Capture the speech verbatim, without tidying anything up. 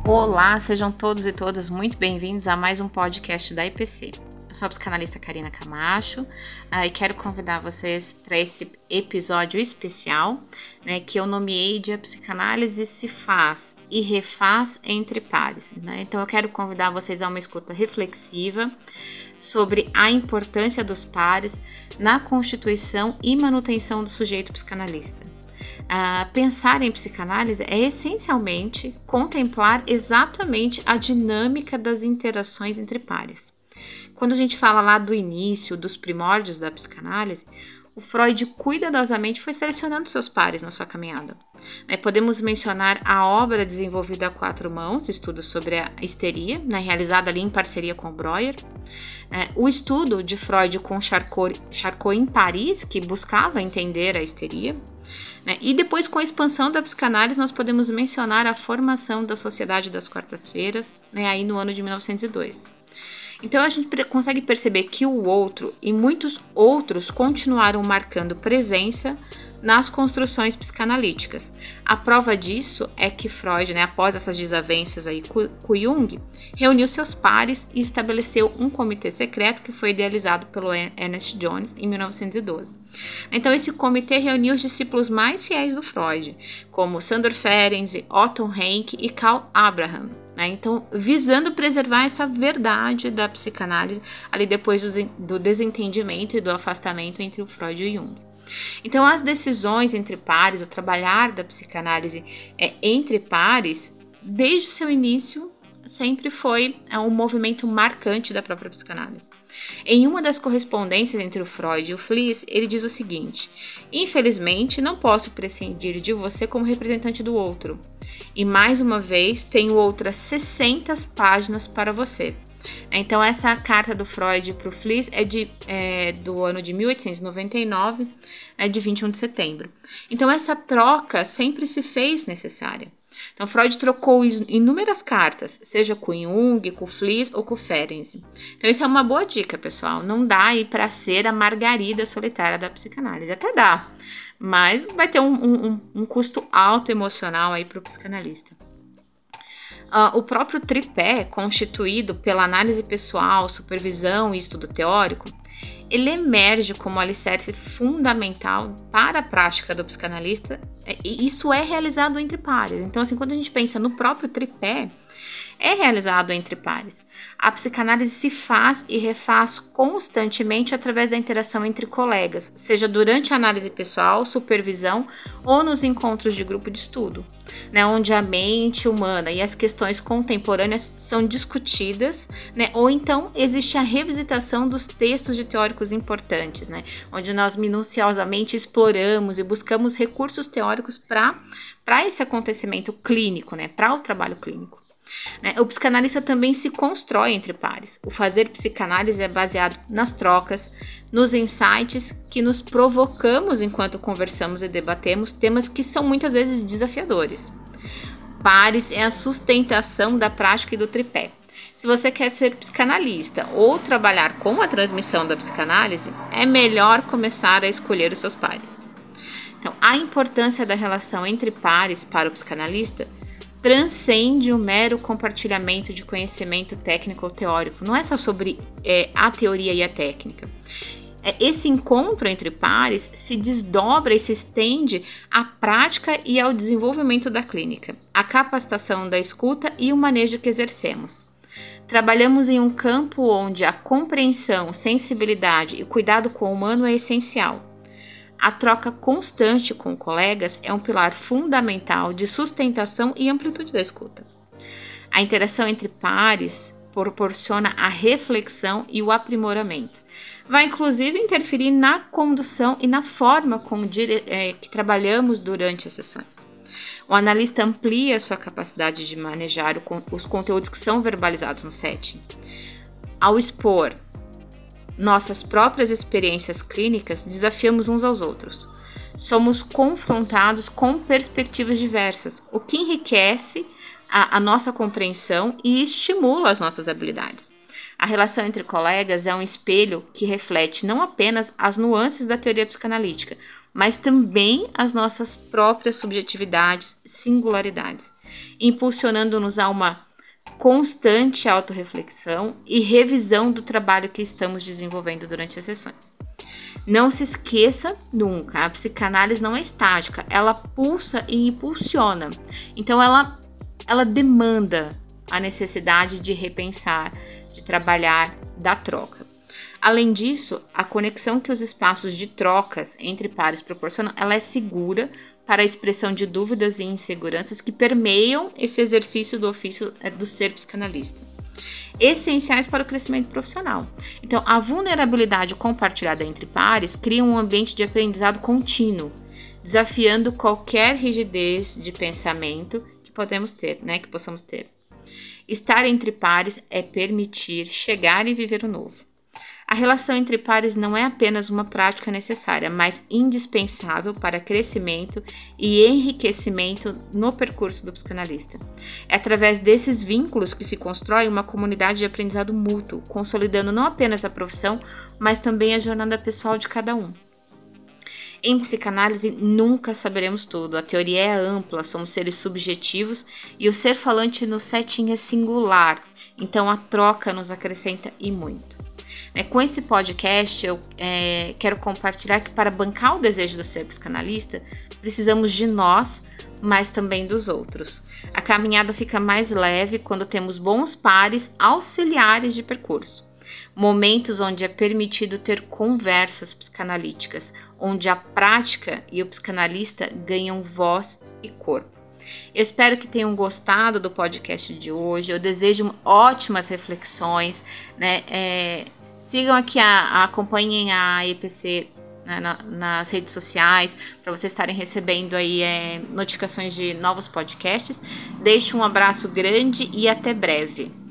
Olá, sejam todos e todas muito bem-vindos a mais um podcast da I P C. Eu sou a psicanalista Karina Camacho uh, e quero convidar vocês para esse episódio especial, né, que eu nomeei de A Psicanálise se faz e refaz entre pares. Né? Então eu quero convidar vocês a uma escuta reflexiva sobre a importância dos pares na constituição e manutenção do sujeito psicanalista. Uh, pensar em psicanálise é essencialmente contemplar exatamente a dinâmica das interações entre pares. Quando a gente fala lá do início, dos primórdios da psicanálise, o Freud cuidadosamente foi selecionando seus pares na sua caminhada. Né, podemos mencionar a obra desenvolvida a quatro mãos, estudo sobre a histeria, né, realizada ali em parceria com o Breuer. É, o estudo de Freud com Charcot, Charcot em Paris, que buscava entender a histeria. Né, e depois, com a expansão da psicanálise, nós podemos mencionar a formação da Sociedade das Quartas-Feiras, né, aí no ano de mil novecentos e dois. Então a gente consegue perceber que o outro e muitos outros continuaram marcando presença nas construções psicanalíticas. A prova disso é que Freud, né, após essas desavenças aí com Jung, reuniu seus pares e estabeleceu um comitê secreto que foi idealizado pelo Ernest Jones em mil novecentos e doze. Então esse comitê reuniu os discípulos mais fiéis do Freud, como Sandor Ferenczi, Otto Rank e Karl Abraham. Né? Então, visando preservar essa verdade da psicanálise ali depois do, do desentendimento e do afastamento entre o Freud e o Jung. Então, as decisões entre pares, o trabalhar da psicanálise é, entre pares, desde o seu início, sempre foi é, um movimento marcante da própria psicanálise. Em uma das correspondências entre o Freud e o Fliess, ele diz o seguinte: infelizmente, não posso prescindir de você como representante do outro. E mais uma vez, tenho outras sessenta páginas para você. Então, essa carta do Freud para o Fliess é, de, é do ano de mil oitocentos e noventa e nove, é de vinte e um de setembro. Então, essa troca sempre se fez necessária. Então, Freud trocou inúmeras cartas, seja com Jung, com Fliess ou com Ferenczi. Então, isso é uma boa dica, pessoal. Não dá aí para ser a Margarida solitária da psicanálise. Até dá, mas vai ter um, um, um custo alto emocional aí para o psicanalista. Uh, o próprio tripé, constituído pela análise pessoal, supervisão e estudo teórico, ele emerge como alicerce fundamental para a prática do psicanalista, e isso é realizado entre pares. Então, assim, quando a gente pensa no próprio tripé, é realizado entre pares. A psicanálise se faz e refaz constantemente através da interação entre colegas, seja durante a análise pessoal, supervisão ou nos encontros de grupo de estudo, né, onde a mente humana e as questões contemporâneas são discutidas, né, ou então existe a revisitação dos textos de teóricos importantes, né, onde nós minuciosamente exploramos e buscamos recursos teóricos para para esse acontecimento clínico, né, para o trabalho clínico. O psicanalista também se constrói entre pares. O fazer psicanálise é baseado nas trocas, nos insights que nos provocamos enquanto conversamos e debatemos temas que são muitas vezes desafiadores. Pares é a sustentação da prática e do tripé. Se você quer ser psicanalista ou trabalhar com a transmissão da psicanálise, é melhor começar a escolher os seus pares. Então, a importância da relação entre pares para o psicanalista transcende o mero compartilhamento de conhecimento técnico ou teórico. Não é só sobre é, a teoria e a técnica. É, esse encontro entre pares se desdobra e se estende à prática e ao desenvolvimento da clínica, à capacitação da escuta e o manejo que exercemos. Trabalhamos em um campo onde a compreensão, sensibilidade e cuidado com o humano é essencial. A troca constante com colegas é um pilar fundamental de sustentação e amplitude da escuta. A interação entre pares proporciona a reflexão e o aprimoramento. Vai inclusive interferir na condução e na forma como dire- é, que trabalhamos durante as sessões. O analista amplia sua capacidade de manejar o, os conteúdos que são verbalizados no setting. Ao expor nossas próprias experiências clínicas, desafiamos uns aos outros. Somos confrontados com perspectivas diversas, o que enriquece a, a nossa compreensão e estimula as nossas habilidades. A relação entre colegas é um espelho que reflete não apenas as nuances da teoria psicanalítica, mas também as nossas próprias subjetividades, singularidades, impulsionando-nos a uma constante autorreflexão e revisão do trabalho que estamos desenvolvendo durante as sessões. Não se esqueça nunca, a psicanálise não é estática, ela pulsa e impulsiona. Então ela, ela demanda a necessidade de repensar, de trabalhar, da troca. Além disso, a conexão que os espaços de trocas entre pares proporcionam, ela é segura para a expressão de dúvidas e inseguranças que permeiam esse exercício do ofício do ser psicanalista, essenciais para o crescimento profissional. Então, a vulnerabilidade compartilhada entre pares cria um ambiente de aprendizado contínuo, desafiando qualquer rigidez de pensamento que podemos ter, né, que possamos ter. Estar entre pares é permitir chegar e viver o novo. A relação entre pares não é apenas uma prática necessária, mas indispensável para crescimento e enriquecimento no percurso do psicanalista. É através desses vínculos que se constrói uma comunidade de aprendizado mútuo, consolidando não apenas a profissão, mas também a jornada pessoal de cada um. Em psicanálise, nunca saberemos tudo. A teoria é ampla, somos seres subjetivos e o ser falante no setting é singular, então a troca nos acrescenta e muito. Com esse podcast, eu é, quero compartilhar que para bancar o desejo do ser psicanalista, precisamos de nós, mas também dos outros. A caminhada fica mais leve quando temos bons pares auxiliares de percurso. Momentos onde é permitido ter conversas psicanalíticas, onde a prática e o psicanalista ganham voz e corpo. Eu espero que tenham gostado do podcast de hoje. Eu desejo ótimas reflexões, né? É, sigam aqui, a, a, acompanhem a E P C, né, na, nas redes sociais, para vocês estarem recebendo aí é, notificações de novos podcasts. Deixo um abraço grande e até breve.